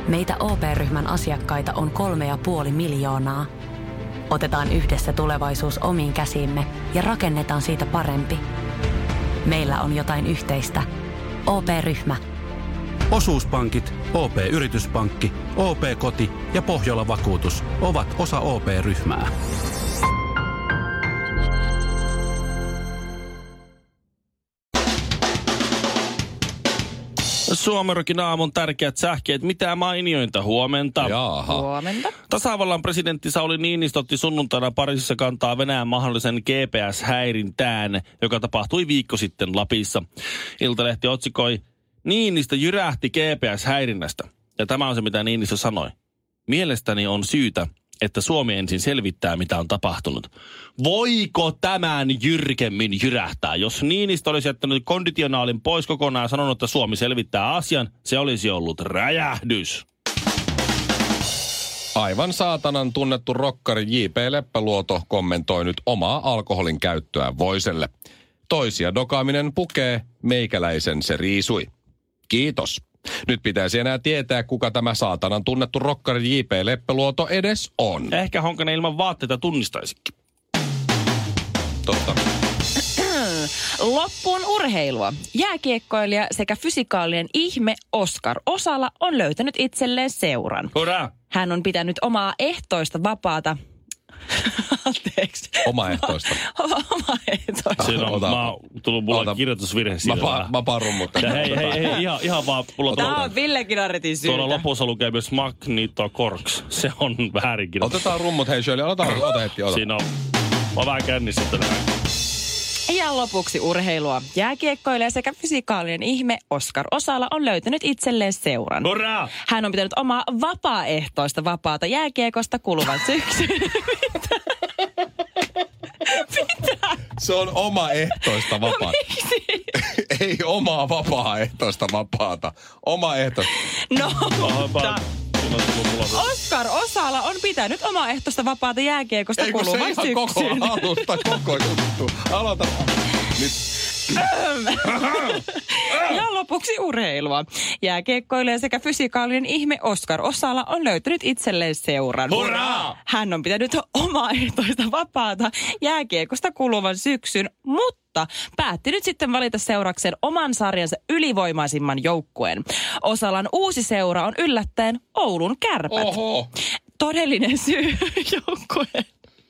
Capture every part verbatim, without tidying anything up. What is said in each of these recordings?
Meitä O P-ryhmän asiakkaita on kolme ja puoli miljoonaa. Otetaan yhdessä tulevaisuus omiin käsiimme ja rakennetaan siitä parempi. Meillä on jotain yhteistä. O P-ryhmä. Osuuspankit, O P-yrityspankki, O P-koti ja Pohjola-vakuutus ovat osa O P-ryhmää. Suomerokin aamun tärkeät sähkeet. Mitä mainiointa? Huomenta. Jaaha. Huomenta. Tasavallan presidentti Sauli Niinistö otti sunnuntaina Pariisissa kantaa Venäjän mahdollisen G P S-häirintään, joka tapahtui viikko sitten Lapissa. Iltalehti otsikoi, Niinistö jyrähti G P S-häirinnästä. Ja tämä on se, mitä Niinistö sanoi. Mielestäni on syytä, että Suomi ensin selvittää, mitä on tapahtunut. Voiko tämän jyrkemmin jyrähtää? Jos Niinistö olisi jättänyt konditionaalin pois kokonaan ja sanonut, että Suomi selvittää asian, se olisi ollut räjähdys. Aivan saatanan tunnettu rokkari J P Leppäluoto kommentoi nyt omaa alkoholin käyttöä Voiselle. Toisia dokaaminen pukee, meikäläisen se riisui. Kiitos. Nyt pitäisi enää tietää, kuka tämä saatanan tunnettu rokkari J P Leppäluoto edes on. Ehkä Honkanen ilman vaatteita tunnistaisikin. Totta. Loppuun urheilua. Jääkiekkoilija sekä fysikaalinen ihme Oskar Osala on löytänyt itselleen seuran. Hurraa! Hän on pitänyt omaa ehtoista vapaata. Anteeksi. Omaehtoista. Omaehtoista. Siinä on, Ota. mä oon tullut mulle Ota. kirjoitusvirhe siinä. Mä, pa, mä parun, mutta... Ja hei, hei, hei, ihan, ihan vaan... Mulla Tämä tuolla, on Ville Kinaretin syytä. tuolla lopussa lukee myös magnetokorks. Se on väärin kirjoitus. Otetaan rummut, hei Shirley, ota, ota hetki, ota. Siinä on... Mä oon vähän kännissä tänään. Ja lopuksi urheilua. Jääkiekkoilija sekä fysikaalinen ihme Oskar Osala on löytänyt itselleen seuran. Hurraa! Hän on pitänyt omaa vapaaehtoista vapaata jääkiekosta kuluvan syksyn. Mitä? Se on omaehtoista vapaata. Miksi? Ei omaa vapaaehtoista vapaata. Omaehtoista. No, mutta Oskar Osala on pitänyt omaehtoista vapaata jääkiekosta Ei kun se kuluvan ihan syksyn. koko alusta, koko juttu. Aloita. Nyt. Ja lopuksi urheilua. Jääkiekkoilija sekä fysikaalinen ihme Oskar Osala on löytänyt itselleen seuran. Hurraa! Hän on pitänyt omaehtoista vapaata jääkiekosta kuluvan syksyn, mutta päätti nyt sitten valita seurakseen oman sarjansa ylivoimaisimman joukkueen. Osalan uusi seura on yllättäen Oulun Kärpät. Oho. Todellinen syy joukkueen.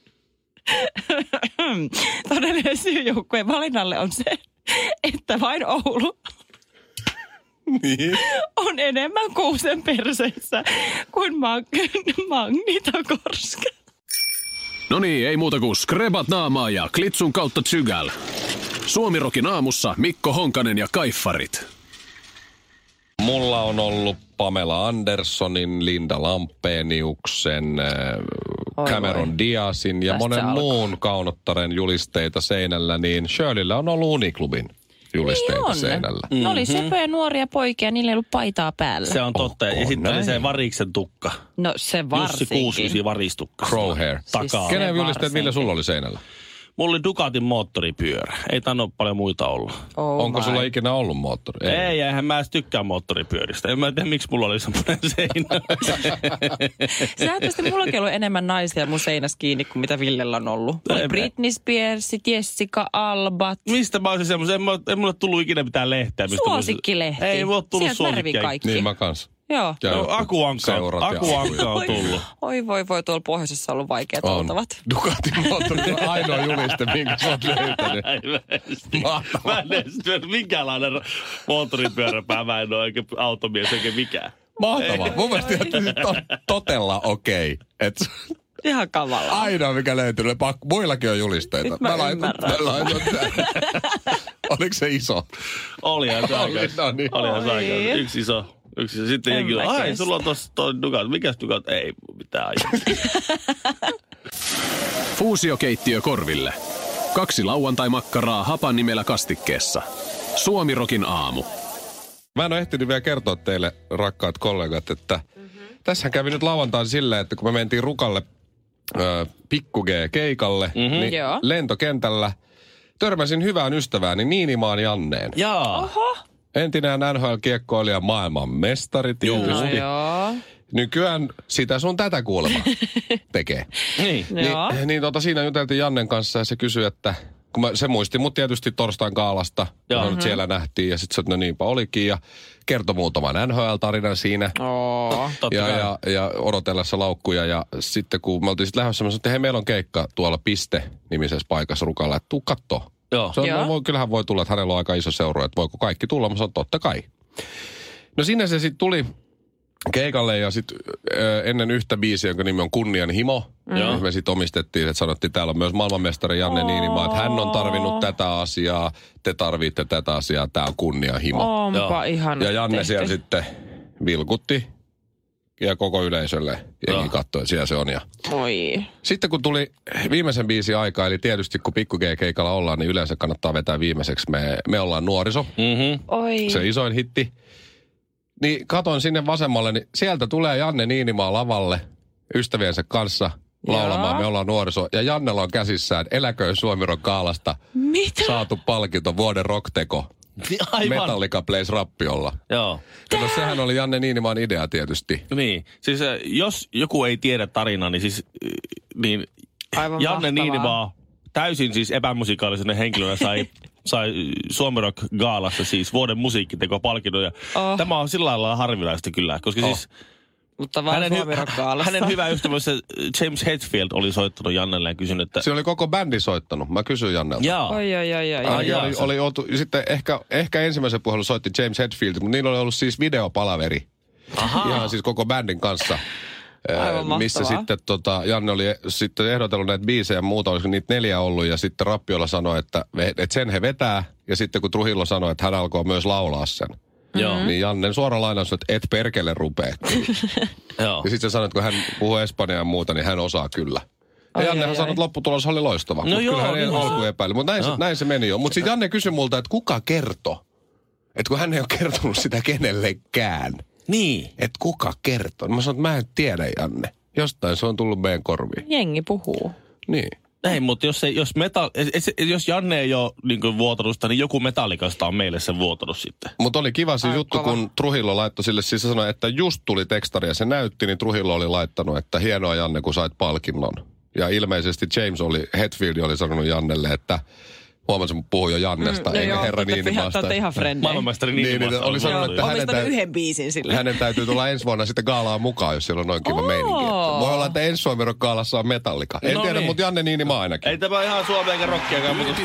Todellinen syy joukkueen valinnalle on se, että vain Oulu Niin. on enemmän kuusen perseissä kuin mag- Magnitokorska. No niin, ei muuta kuin skrebat naamaa ja klitsun kautta tsygäl. Suomirokin aamussa Mikko Honkanen ja Kaiffarit. Mulla on ollut Pamela Anderssonin, Linda Lampeniuksen, äh, Oi Cameron voi. Diazin ja Tästä monen se alkoi. muun kaunottaren julisteita seinällä, niin Shirleyllä on ollut Uniklubin julisteita Niin on. seinällä. Ne oli söpöjä nuoria poikia, niillä ei ollut paitaa päällä. Se on totta. Oh, ja sitten oli näin. se variksen tukka. No se Jussi varsinkin. kuusikymmentä varistukka. Crow hair. Takaa. Se Kenen julisteet, Ville, varsinkin. sulla oli seinällä? Mulla oli Ducatin moottoripyörä. Ei tainnut paljon muita olla. Oh Onko my. sulla ikinä ollut moottori? Ei, eihän mä edes tykkää moottoripyöristä. En mä tiedä, miksi mulla oli semmoinen seinä. Se näyttäisi, mullakin ollut enemmän naisia mun seinässä kiinni kuin mitä Villellä on ollut. Oli Ei, Britney Spears, Jessica Alba. Mistä mä olisin semmoisen? En, mulla- ei mulle tullut ikinä mitään lehteä. mistä mulla- Suosikkilehti. Ei mulle tullut Sieltä värvi suosikkeja. kaikki. Niin mä kans. Joo. Ja No, jotkut Akuankka, seurat ja Akuankka on Oi, tullut. Oi voi voi, tuolla pohjoisessa on ollut vaikeat On. oltavat. Ducatin moottori on ainoa juliste, minkä sä oot löytänyt. Mahtavaa. Mä en edes tiedä, minkälainen moottoripyöräpää mä en ole, eikä automies, eikä mikään. Mahtavaa. Mun mielestä jättäisi to- totella okei. Okay. Et Ihan kavalaa. ainoa, mikä löytyy, pak- muillakin on julisteita. Nyt mä ymmärrän. mä laitan tän. Oliko se iso? Olihan se aika. Oli, no niin. Olihan se aika. Oi. Yksi iso. Yksi iso. Sitten En jengi on, mä ai kestä. sulla on tossa toi Ducat. Mikäs Ducat? Ei mitään ajaa. Fuusiokeittiö korville. Kaksi lauantai-makkaraa hapan nimellä kastikkeessa. Suomirokin aamu. Mä en ole ehtinyt vielä kertoa teille, rakkaat kollegat, että mm-hmm. tässähän kävi nyt lauantain silleen, että kun me mentiin Rukalle ö, Pikku G-keikalle, mm-hmm. niin Joo. lentokentällä törmäsin hyvään ystävääni Niinimaan Janneen. Jaa. Oho. Entinen N H L-kiekkoilija, maailman mestari tietysti. No joo. Nykyään sitä sun tätä kuulemma tekee. Niin. Niin, niin tota, siinä juteltiin Jannen kanssa ja se kysyi, että kun mä, se muisti mut tietysti torstain kaalasta, kun mm-hmm. siellä nähtiin ja sitten se, no niinpä olikin ja kertoi muutaman N H L-tarinan siinä. Oh. Ja, ja, ja odotellessa laukkuja ja sitten kun me oltiin sitten lähdössä, mä sanoin, että hei, meillä on keikka tuolla Piste-nimisessä paikassa Rukalla, että tuu kattoo. Joo. Se on, Joo. no, voi, kyllähän voi tulla, että hänellä on aika iso seura, että voiko kaikki tulla, mä sanoin, totta kai. No sinne se sitten tuli keikalle ja sitten ennen yhtä biisiä, jonka nimi on Kunnianhimo, mm. me sitten omistettiin, että sanottiin, että täällä on myös maailmanmestari Janne oh. Niinimaa, että hän on tarvinnut tätä asiaa, te tarvitte tätä asiaa, tää on Kunnianhimo. Onpa Joo. ihan Ja Janne tehty. siellä sitten vilkutti ja koko yleisölle jengi katsoi, että siellä se on. Ja Oi. sitten kun tuli viimeisen biisin aika, eli tietysti kun pikku G-keikalla ollaan, niin yleensä kannattaa vetää viimeiseksi. Me, me ollaan nuoriso, Mm-hmm. Oi. se isoin hitti. Niin katon sinne vasemmalle, niin sieltä tulee Janne Niinimaa lavalle ystäviensä kanssa laulamaan. Joo. Me ollaan nuoriso. Ja Jannella on käsissään Eläköön Suomiron kaalasta Mitä? saatu palkinto vuoden rockteko. Aivan. Metallica Plays rappiolla. Joo. Kato, sehän oli Janne Niinimaan idea tietysti. Niin. Siis äh, jos joku ei tiedä tarinaa, niin siis äh, niin Aivan Janne mahtavaa. Niinimaa täysin siis epämusikaalisena henkilönä sai, sai Suomi Rock Gaalassa siis vuoden musiikkiteko-palkinnon. Ja Oh. tämä on sillä lailla harvinaista kyllä, koska Oh. siis Mutta vaan hänen, hy- Suomi-rock-gaalassa. hänen hyvä ystävänsä James Hetfield oli soittanut Jannelle ja kysynyt, että... Se oli koko bändi soittanut. Mä kysyin Jannelta. Joo. Oi, oi, oi, oi. Ai Ai, jaa, oli, se- oli oltu, sitten ehkä, ehkä ensimmäisen puhelun soitti James Hetfield, mutta niillä oli ollut siis videopalaveri. Ahaa. Ihan siis koko bändin kanssa. Aivan Ää, missä mahtavaa. sitten tota, Janne oli sitten ehdotellut näitä biisejä ja muuta, olisiko niitä neljä ollut, ja sitten Rappiolla sanoi, että, että sen he vetää, ja sitten kun Trujillo sanoi, että hän alkoi myös laulaa sen. Joo. Niin Jannen suora lainaus, että et perkele rupee. Joo. Ja sitten se sanoi, että kun hän puhuu espanjaa ja muuta, niin hän osaa kyllä. Ja Ai, Jannehan ai, sanoi, ai. että lopputulos oli loistava. No Mutta joo, kyllä hän niin alku on. epäili. Mutta näin, se, Joo. näin se meni jo. Mutta sitten Janne kysyi multa, että kuka kertoi? Että kun hän ei ole kertonut sitä kenellekään. Niin. Että kuka kertoi? Mä sanoin, että mä en tiedä, Janne. Jostain se on tullut meidän korviin. Jengi puhuu. Niin. Ei, mutta jos, se, jos, metal, et, et, jos Janne ei ole niin kuin vuotanut sitä, niin joku Metallicasta on meille sen vuotanut sitten. Mutta oli kiva se Ai, juttu, kova. kun Trujillo laittoi sille, siis se sanoi, että just tuli tekstari ja se näytti, niin Trujillo oli laittanut, että hienoa Janne, kun sait palkinnon. Ja ilmeisesti James oli, Hetfield oli sanonut Jannelle, että huomasin, että puhui jo Jannesta, no eikä joo, herra mutta Niinimaasta. te ihan frendejä. Maailmanmestari Niin, Niinimaasta niin, oli sanonut, että hänen Omistanut täytyy- yhden biisin sille. Hänen täytyy tulla ensi vuonna sitten gaalaan mukaan, jos siellä on noin kiva Oo. meininki. Että voi olla, että ensi Suomi Rock Gaalassa on Metallica. En No tiedä, niin. mutta Janne Niinimaa ainakin. Ei tämä ihan suomea eikä rockiakaan, mutta...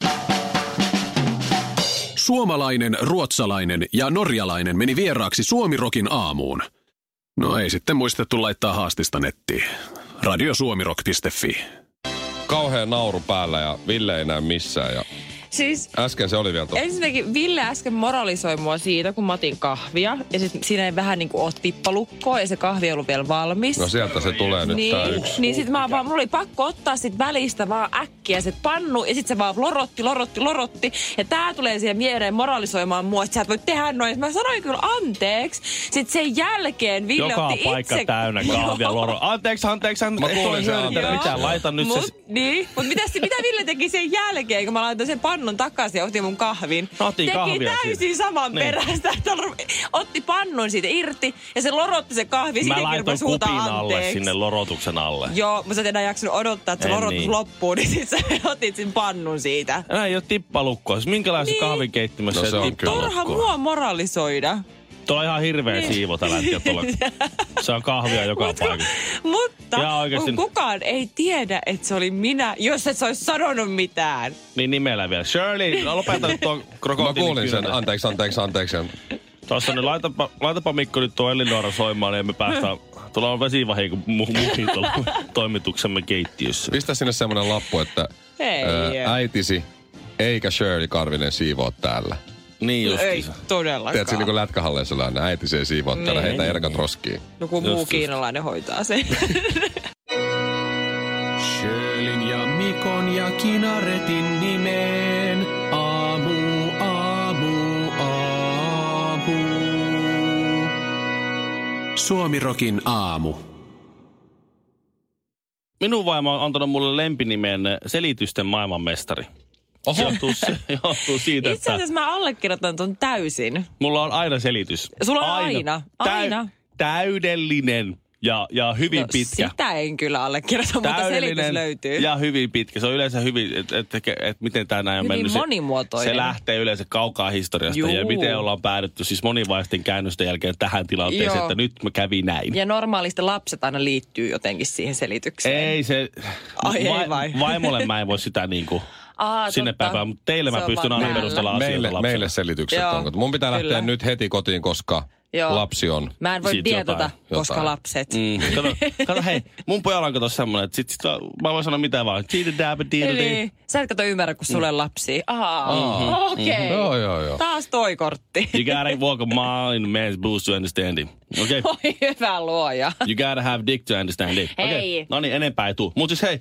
Suomalainen, ruotsalainen ja norjalainen meni vieraaksi Suomirokin aamuun. No ei sitten muistettu laittaa haastista nettiin. radiosuomirock piste fi. Kauhea nauru päällä ja Ville ei näy missään. Ja Siis äsken se oli vielä tuossa. ensinnäkin Ville äsken moralisoi mua siitä, kun mä otin kahvia. Ja sit siinä ei vähän niin kuin ole tippalukkoa ja se kahvi ei ollut vielä valmis. No sieltä se tulee nyt tää Niin, yksi. niin sit mä vaan, mulla oli pakko ottaa sit välistä vaan äkkiä se pannu ja sit se vaan lorotti, lorotti, lorotti. Ja tää tulee siihen mieleen moralisoimaan mua, että sä et voi tehdä noin. Mä sanoin kyllä anteeksi. Sit sen jälkeen Ville Joka otti paikka itse... täynnä kahvia, loro. Anteeksi, anteeksi, anteeksi. Mä kuulin sen Hyödytä anteeksi. mitään. Laita nyt Mut, se... niin, mutta mitä, mitä Ville teki sen jälkeen, kun mä laitoin sen pannun takaisin ja otin mun kahvin? No, otin teki kahvia täysin siitä. saman Niin. perästä. Että otti pannun siitä irti ja se lorotti se kahvi. Mä Siitäkin laitoin rupesi huutaa kupin alle anteeksi. sinne lorotuksen alle. Joo, mutta sä et enää jaksanut odottaa, että se En lorotus niin. loppuu, niin sit sä otit sen pannun siitä. Enää ei ole tippalukkoa. Siis minkälaisessa Niin. kahvinkeittimessä No se on kyllä. Turha mua moralisoida. Tuolla on ihan hirveä Niin. siivo tällä hetkellä tuolla. Se on kahvia joka paikassa. Mutta Jaa, oikeesti. kukaan ei tiedä, että se oli minä, jos et sä ois sanonut mitään. Niin nimellä vielä. Shirley, lopeta nyt tuon Mä krokotiilin kuulin sen. kyynel. Anteeksi, anteeksi, anteeksi. Tuossa niin laitapa, laitapa Mikko nyt tuo Elinora soimaan, niin me päästään... Tuolla on vesivahinko muhi tuolla toimituksemme keittiössä. Pistä sinne semmonen lappu, että Ei. ää, äitisi eikä Shirley Karvinen siivoo täällä. Niin Ei justiinsa. todellakaan. Tiedätkö, niin kuin lätkähalleissa on, äitisi ei siivoo täällä, Niin. heitä erkat roskiin. Joku muu Just, kiinalainen hoitaa sen. Sjölin ja Mikon ja Kinaretin nimeen. Aamu, aamu, aamu. Suomirokin aamu. Minun vaimo on antanut mulle lempinimen selitysten maailmanmestari. Se johtuu, se johtuu siitä, Itse asiassa mä allekirjoitan ton täysin. mulla on aina selitys. Sulla on aina, aina. Täy, täydellinen ja, ja hyvin No, pitkä. sitä en kyllä allekirjoita, mutta selitys löytyy. ja hyvin pitkä. Se on yleensä hyvin, että et, et, et, miten tämä näin on Hyvin mennyt. monimuotoinen. Se, se lähtee yleensä kaukaa historiasta Juu. ja miten ollaan päädytty siis monivaiheisten käännösten jälkeen tähän tilanteeseen, Joo. että nyt mä kävin näin. Ja normaalisti lapset aina liittyy jotenkin siihen selitykseen. Ei se, Ai ei vai? vaimolle mä en voi sitä niinku Aa, sinne totta. päivään, mutta teille Se mä on pystyn vaan aina täällä. perustella asioita Meille, lapselle. meille selitykset Joo, on. Mun pitää lähteä kyllä. nyt heti kotiin, koska Joo. lapsi on... Mä en voi Siitä dietata, jotain, koska jotain. lapset. Mm. Kato, kato, hei, mun pojalla on kato semmonen, että sit, sit, mä voin sanoa mitä vaan. Eli sä et kato ymmärrä, kun sulle on lapsia. Aa, Mm-hmm. okei. Okay. Joo, joo, joo. Taas toi kortti. You gotta walk a mile in a man's boots to understand it. Okay? Oi hyvä luoja. You gotta have dick to understand it. Hei. Okay. No niin, enempää ei tuu. Mutta siis hei,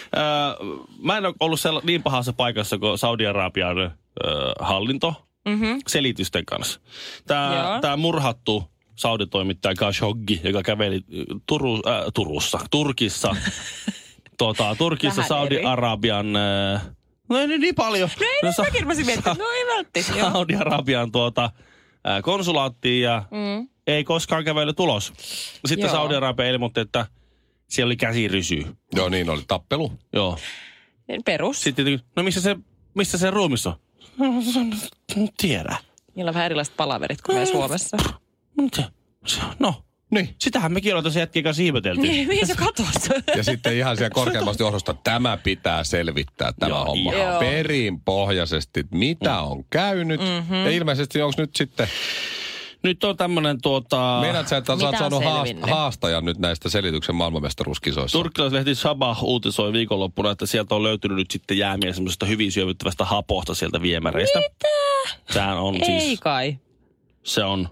äh, mä en ole ollut sella, niin pahassa paikassa kuin Saudi-Arabian äh, hallinto Mm-hmm. selitysten kanssa. Tää, Joo. tää murhattu Saudi-toimittaja Khashoggi, joka käveli Turu, äh, Turussa, Turkissa, tuota, Turkissa Vähän eri. Saudi-Arabian... Äh, no ei niin, niin paljon. No ei, Sa- no mäkin rupesin miettimään. No ei vältti. Joo. Saudi-Arabian tuota, äh, konsulaattiin ja Mm. ei koskaan kävely tulos. Sitten Joo. Saudi-Arabia ilmoitti, että siellä oli käsirysy. Joo, niin oli tappelu. Joo. Perus. Sitten tietenkin, no missä se, missä se ruumis on? No, se on- en tiedä. Niillä on vähän erilaiset palaverit kuin meidän Suomessa. Se- se- No, Niin. sitähän mekin ollaan tässä jätkiä kanssa ihmeteltiin. Niin, mihin sä katot? Ja sitten ihan siellä korkeammasta johdosta, tämä pitää selvittää tämä Joo, homma. joo. Perinpohjaisesti, mitä on käynyt. Mm-hmm. Ja ilmeisesti onko nyt sitten... Nyt on tämmönen tuota... Meinaat sä, että sä Mitä oot on saanut haast- selvinnyt? haastajan nyt näistä selityksen maailmanmestaruuskisoissa? Turkkilaislehti Sabah uutisoi viikonloppuna, että sieltä on löytynyt nyt sitten jäämiä semmoisesta hyvin syövyttävästä haposta sieltä viemäreistä. Mitä? Sehän on Ei siis... kai. Se on...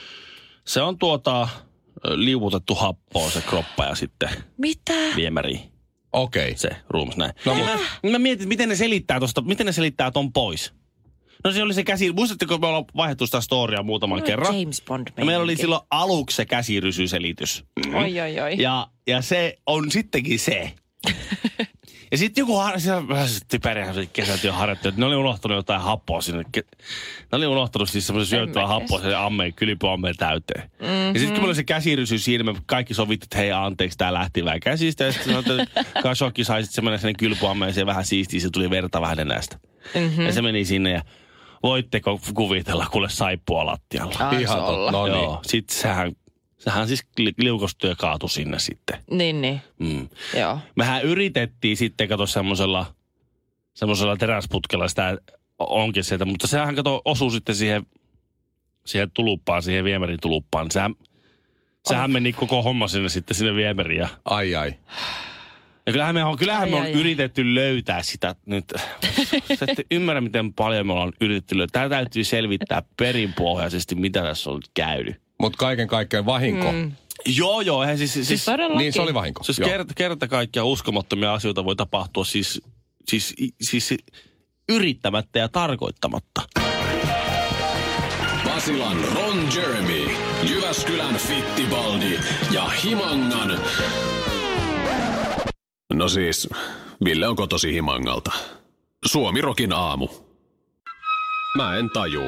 Se on tuota... liuutettu happoa se kroppa ja sitten Mitä? viemäriin. Okei. Okay. Se ruumis näin. No, No, mut- mä, mä mietin, miten ne selittää tosta, miten ne selittää ton pois. No se oli se käsi, muistatteko me ollaan vaihdettu sitä storia muutaman No, kerran? James Bond Ja meillä oli meininki. silloin aluksi se käsirysyselitys. Oi, oi, oi. Ja, ja se on sittenkin se. Ja sitten joku har... Vähän typerihän se kesät jo harjoitteli, että ne oli unohtanut jotain happoa sinne. Ke- Ne oli unohtanut siis semmoisen syöttävän happoa sen ammeen, kylpyammeen täyteen. Mm-hmm. Ja sitten kun meillä oli se käsirysy siinä, me kaikki sovittiin, että hei anteeksi, tää lähti vähän käsistä. Ja sitten sanoi, että Khashoggi sai sitten semmoinen sinne kylpyammeeseen vähän siistiä, se tuli verta vähän nenästä. Mm-hmm. Ja se meni sinne ja voitteko kuvitella, kuule saippua lattialla. Taisi Ihan totta. olla. No niin. Joo, sitten sehän, sehän siis li- liukostui ja kaatui sinne sitten. Niin, niin. Mm. Joo. Mehän yritettiin sitten kato semmoisella semmoisella teräsputkella sitä onkin sieltä, mutta sehän kato osuu sitten siihen, siihen tuluppaan, siihen viemärin tuluppaan. Sehän, sehän meni koko homma sinne sitten sinne viemäriin. Ja, Ai ai. ja kyllähän me on, kyllähän Ai, me on ai, ai. yritetty löytää sitä nyt. Sä ette ymmärrä, miten paljon me ollaan yritetty löytää. Tämä täytyy selvittää perinpohjaisesti, mitä tässä on nyt käynyt. Mutta kaiken kaikkiaan vahinko. Mm. Joo, joo. Eihän siis, siis, Siis todellakin. Niin se oli vahinko. Siis Joo. kerta, kerta kaikkiaan uskomattomia asioita voi tapahtua siis, siis, siis yrittämättä ja tarkoittamatta. Basilan Ron Jeremy, Jyväskylän Fittibaldi ja Himangan... No siis, Ville on kotosi Himangalta. Suomi Rokin aamu. Mä en tajuu.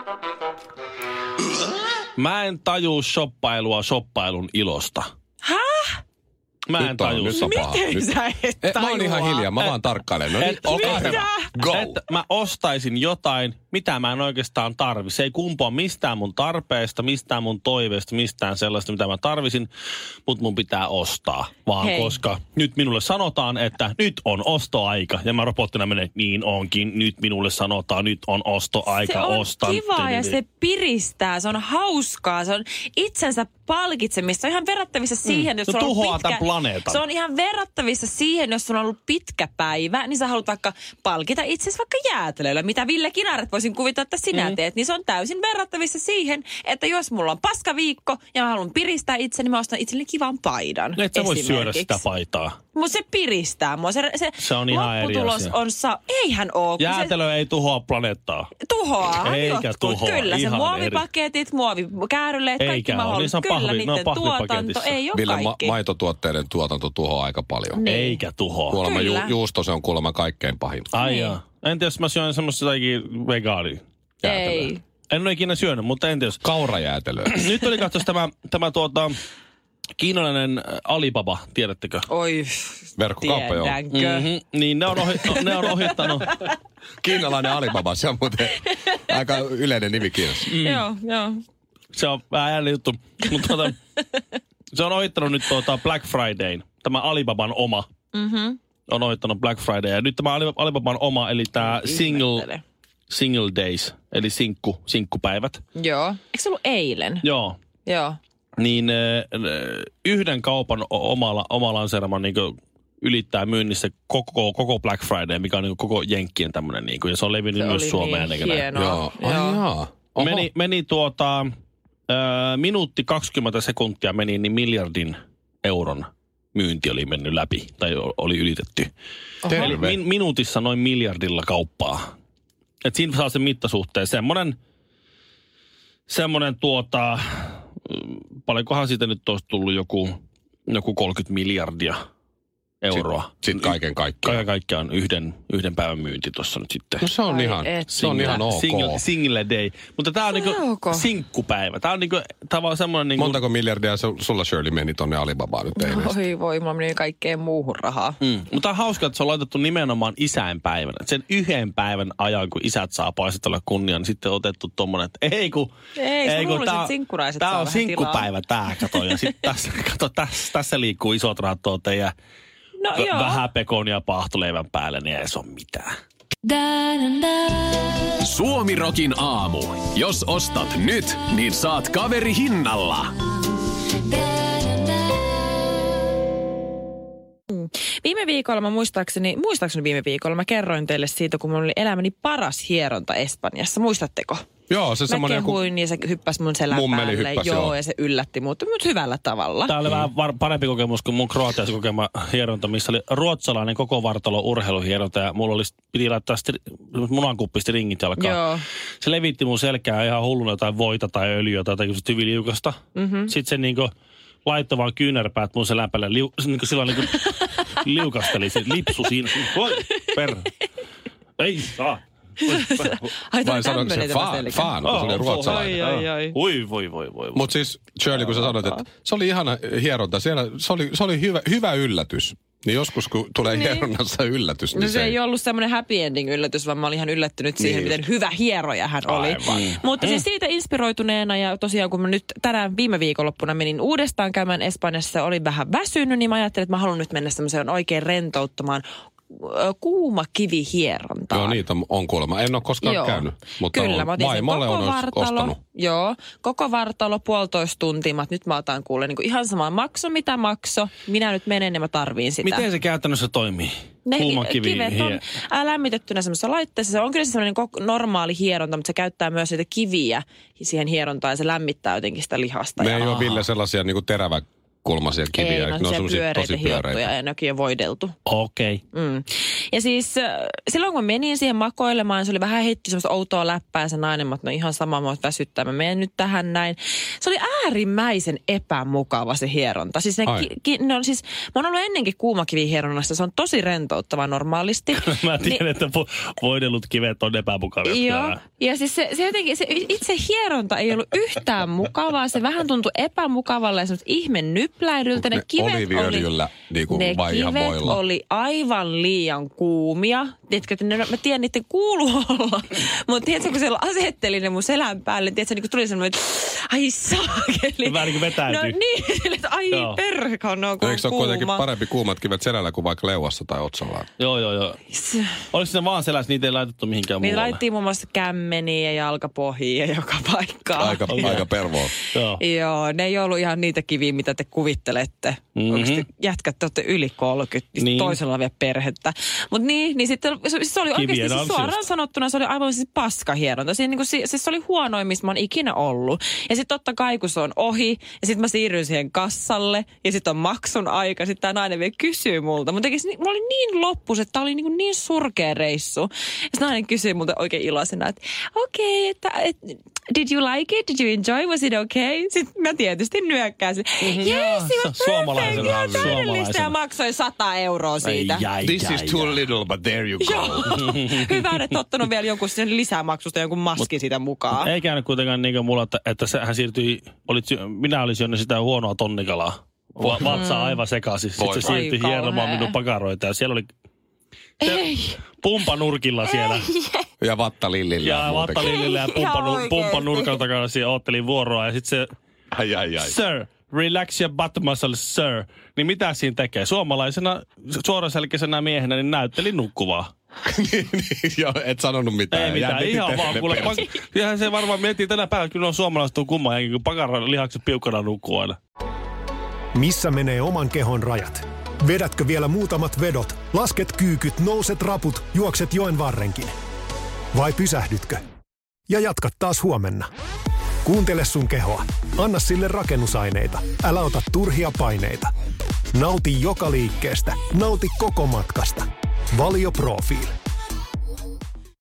Mä en tajuu shoppailua shoppailun ilosta. Häh? Mä en Nyt on- tajuu nyt sitä. on paha. Miten Nyt- sä et Eh, mä oon ihan tajua? hiljaa, mä vaan tarkkailen. No niin, Et- olkaa Mitä? hyvä. Go. Että mä ostaisin jotain, mitä mä en oikeastaan tarvi. Se ei kumpua mistään mun tarpeesta, mistään mun toiveesta, mistään sellaista, mitä mä tarvisin, mutta mun pitää ostaa. Vaan Hei. koska nyt minulle sanotaan, että nyt on ostoaika. Ja mä robottina menen, niin onkin, nyt minulle sanotaan, nyt on ostoaika, Se on ostan. kivaa ja se piristää, se on hauskaa, se on itsensä palkitsemista. Se on ihan verrattavissa siihen, jos Se sulla on tuhoaa ollut pitkä... tämän planeetan. Se on ihan verrattavissa siihen, jos sulla on ollut pitkä päivä, niin sä haluat vaikka palkita itsesi vaikka jäätelöllä, mitä Ville Kinaret voisin kuvitella, että sinä mm. teet. Niin se on täysin verrattavissa siihen, että jos mulla on paskaviikko ja mä haluan piristää itseni, mä ostan itselleni kivan paidan. Et sä voi syödä esimerkiksi. sitä paitaa. Mutta se piristää mua. Se, se, Se on ihan eri lopputulos asia. on sa... Eihän oo. kun se- Jäätelö ei tuhoa planeettaa. Tuhoaa Eikä jotkut. tuhoa, Kyllä, se ihan muovipaketit, muovikääryleet, kaikki Eikä ole, mahdollista. niin se on pahvi, niiden ne on tuotanto pahvipaketissa. ei ole Ville, kaikki. ma- maitotuotteiden tuotanto tuhoaa aika paljon. Niin. Eikä tuhoa. Kuulemma ju- Kyllä. juusto se on kuulemma kaikkein pahin. Ai Niin. jaa. Entä jos mä syön semmoista jotakin vegaania? Ei. En ole ikinä syönyt, mutta entä jos... Kaurajäätelöä. Nyt oli katsoa tämä, tämä tuota, kiinalainen Alibaba, tiedättekö? Oi, Verkkokauppa, joo. tiedänkö? Mm-hmm. Niin ne on, ohi, no, ne on ohittanut. Kiinalainen Alibaba, se on muuten aika yleinen nimi Kiinassa. Mm. Joo, joo. Se on vähän ääli juttu. Mutta tuota, se on ohittanut nyt tuota Black Fridayn. Tämä Alibaban oma Mm-hmm. on ohittanut Black Friday. Ja nyt tämä Alibaban oma, eli tämä single, single days, eli sinkku, sinkkupäivät. Joo. Eikö se ollut eilen? Joo. Joo. Niin äh, yhden kaupan omalla, oma lanseerama niin ylittää myynnissä koko, koko Black Friday, mikä on niin koko Jenkkien tämmöinen. Niin ja se on levinnyt Se myös oli Suomeen. niin Niin hienoa. Joo. Ai Joo. jaa. Oho. meni, meni tuota, äh, minuutti kaksikymmentä sekuntia meni, niin miljardin euron myynti oli mennyt läpi, tai oli ylitetty. Eli min, minuutissa noin miljardilla kauppaa. Et siinä saa sen mittasuhteen. Semmoinen, semmoinen tuota, paljonkohan siitä nyt olisi tullut joku, joku kolmekymmentä miljardia euroa. Sitten sit kaiken kaikkiaan. Kaiken kaikkiaan yhden, yhden päivän myynti tuossa nyt sitten. No se on Ai ihan, et. se on ihan ok. Single, single day. Mutta tämä on Se on niinku ok. sinkkupäivä. Tämä on niinku tavallaan semmoinen niinku... Montako miljardia su- sulla Shirley meni tonne Alibabaan nyt eilen? Oi voi, mulla meni kaikkeen muuhun rahaa. Mm. Mutta on hauskaa, että se on laitettu nimenomaan isänpäivänä. Sen yhden päivän ajan, kun isät saa paistetella kunnian, niin sitten on otettu tommonen, että ei kun... Ei, kun luulisin, tää- että sinkkuraiset tää saa on vähän sinkkupäivä tää, kato. Ja sitten tässä, kato, tässä, tässä liikkuu isot rahat tuolta ja No v- joo. vähän pekonia paahtoleivän päälle, niin ei se ole mitään. Suomirokin aamu. Jos ostat nyt, niin saat kaveri hinnalla. Viime viikolla mä muistaakseni, muistaakseni viime viikolla mä kerroin teille siitä, kun mulla oli elämäni paras hieronta Espanjassa. Muistatteko? Joo, se Mä semmoinen joku... kehuin ja se hyppäsi mun selän Mummeli päälle. hyppäsi, joo, joo. ja se yllätti mut, mut hyvällä tavalla. Tämä oli vähän var- parempi kokemus kuin mun Kroatiassa kokema hieronta, missä oli ruotsalainen koko vartalo urheiluhieronta ja mulla oli, piti laittaa sti- munankuppista ringit jalkaan. Joo. Se levitti mun selkää ihan hulluna jotain voita tai öljyä tai jotain hyvin liukasta. Mm-hmm. Sitten se niinku laittoi vaan kyynärpäät mun selän päälle. Liu, niinku sillä niinku liukasteli se lipsu siinä. Voi, per. Ei saa. Ai, Vai sanoiko se faan, faan kun se oli ruotsalainen? Ai, ai, ai. Oi, voi, voi, voi. Mutta siis Shirley, kun sä sanoit, että se oli ihana hieronta, siellä se oli, se oli hyvä, hyvä yllätys. Niin joskus, kun tulee niin. hieronnassa yllätys, niin No se, se ei ollut semmoinen happy ending yllätys, vaan mä olin ihan yllättynyt siihen, Niin. miten hyvä hieroja hän oli. Aivan. Mutta siis siitä inspiroituneena ja tosiaan kun mä nyt tänään viime viikonloppuna menin uudestaan käymään Espanjassa, olin vähän väsynyt, niin mä ajattelin, että mä haluan nyt mennä semmoiseen oikein rentouttamaan kuuma kivihierontaan. Joo, niitä on kuulemma. En ole koskaan Joo. käynyt, mutta Kyllä, on, mä otin sen vaimolle koko on vartalo. ostanut. Joo, koko vartalo, puolitoista tuntia. Mä, nyt mä otan kuule niin kuin ihan sama makso, mitä makso. Minä nyt menen ja mä tarviin sitä. Miten se käytännössä toimii? Ne Kuuman kivi kivet on hie- ää, lämmitettynä semmoisessa laitteessa. Se on kyllä semmoinen kok- normaali hieronta, mutta se käyttää myös niitä kiviä siihen hierontaan ja se lämmittää jotenkin sitä lihasta. Ne ja... ei ole Ville sellaisia niinku teräväkulmaisia kiviä. Ei, no, ne on se semmoisia pyöreitä tosi hiottuja pyöreitä. ja nekin on voideltu. Okei. Okay. Mm. Ja siis äh, silloin kun mä menin siihen makoilemaan, se oli vähän heitti semmoista outoa läppää ja se nainen, mutta no ihan sama, mä väsyttää, mä menen nyt tähän näin. Se oli äärimmäisen epämukava se hieronta. Siis ne, ki, ki, ne on siis, mä oon ollut ennenkin kuumakivihieronnassa, se on tosi rentouttava normaalisti. Mä tiedän, että vo- voidellut kivet on epämukavia. Joo, ja siis se, se jotenkin, se itse hieronta ei ollut yhtään mukavaa, se vähän tuntui epämukavalle ja semmoista ihme nypläidyltä. Ne, Ne kivet oliiviöljyllä niinku ne vai ihan kivet voilla? oli aivan liian kuumia. Tiedätkö, että ne, mä tiedän, niiden kuuluu olla. Mutta tiedätkö, kun siellä asetteli ne mun selän päälle, tiedätkö, niin tuli semmoinen, että ai saakeli. Vähän niin kuin vetäytyi. No niin, sille, että ai Joo. perkano, kun Eikö on se ole kuitenkin kuuma. parempi kuumat kivet selällä kuin vaikka leuassa tai otsalla? Joo, joo, joo. Oliko siinä vaan selässä, niitä ei laitettu mihinkään Niitä muualle? laitettiin muun muassa kämmeniä ja jalkapohjia ja joka paikkaan. Aika, aika pervoa. Joo. Joo, ne ei ollut ihan niitä kiviä, mitä te kuvittelette. Mhm. Oikeasti jätkät, te olette yli kolmekymmentä, niin. Niin. toisella vielä perhettä. Mutta niin, niin sitten se, se oli Kivien oikeasti siis ansiosta. suoraan sanottuna, se oli aivan siis paskahieronta. Siinä, niin kuin, siis se oli huonoin, missä mä oon ikinä ollut. Ja sitten totta kai, kun se on ohi, ja sitten mä siirryin siihen kassalle, ja sitten on maksun aika, sitten tämä nainen vielä kysyy multa. Mutta mulla oli niin loppus, että tämä oli niin, niin surkea reissu. Ja sitten nainen kysyi multa oikein iloisena, että okei, okay, että et, did you like it? Did you enjoy? Was it okay? Sitten mä tietysti nyökkäsin. Mm-hmm. Yes, it was Suomalaisena. perfect. Ihan täydellistä ja maksoin sata euroa siitä. Jäi, This jäi, is too jäi. little, but there you go. Hyvä, että ottanut vielä jonkun sen lisämaksusta jonkun maskin siitä mukaan. Ei käynyt kuitenkaan niin kuin mulla, että, että se, hän siirtyi, olit, minä olin syönyt sitä huonoa tonnikalaa. Va, vatsa aivan sekaisin. Sitten se siirtyi Ai, hieromaan kauhea. minun pakaroita ja siellä oli Ei. pumpanurkilla siellä. Ja vattalillillä. Ja vattalillillä ja pumppanur, pumppanurkan takana siellä oottelin vuoroa ja sitten se, Ai, ai, ai. sir, relax your butt muscles, sir. Niin mitä siinä tekee? Suomalaisena, suoraselkisenä miehenä, niin näyttelin nukkuvaa. niin, niin, joo, et sanonut mitään. Ei mitään, Jännitti ihan vaan. teille Kuule, perse. pak- ihan se varmaan miettii tänä päivänä, kyllä on suomalaiset on kumma jengi, kun pakaran lihakset piukkana nukkuu aina. Missä menee oman kehon rajat? Vedätkö vielä muutamat vedot, lasket kyykyt, nouset raput, juokset joen varrenkin? Vai pysähdytkö? Ja jatkat taas huomenna. Kuuntele sun kehoa. Anna sille rakennusaineita. Älä ota turhia paineita. Nauti joka liikkeestä. Nauti koko matkasta. Valio Profiil.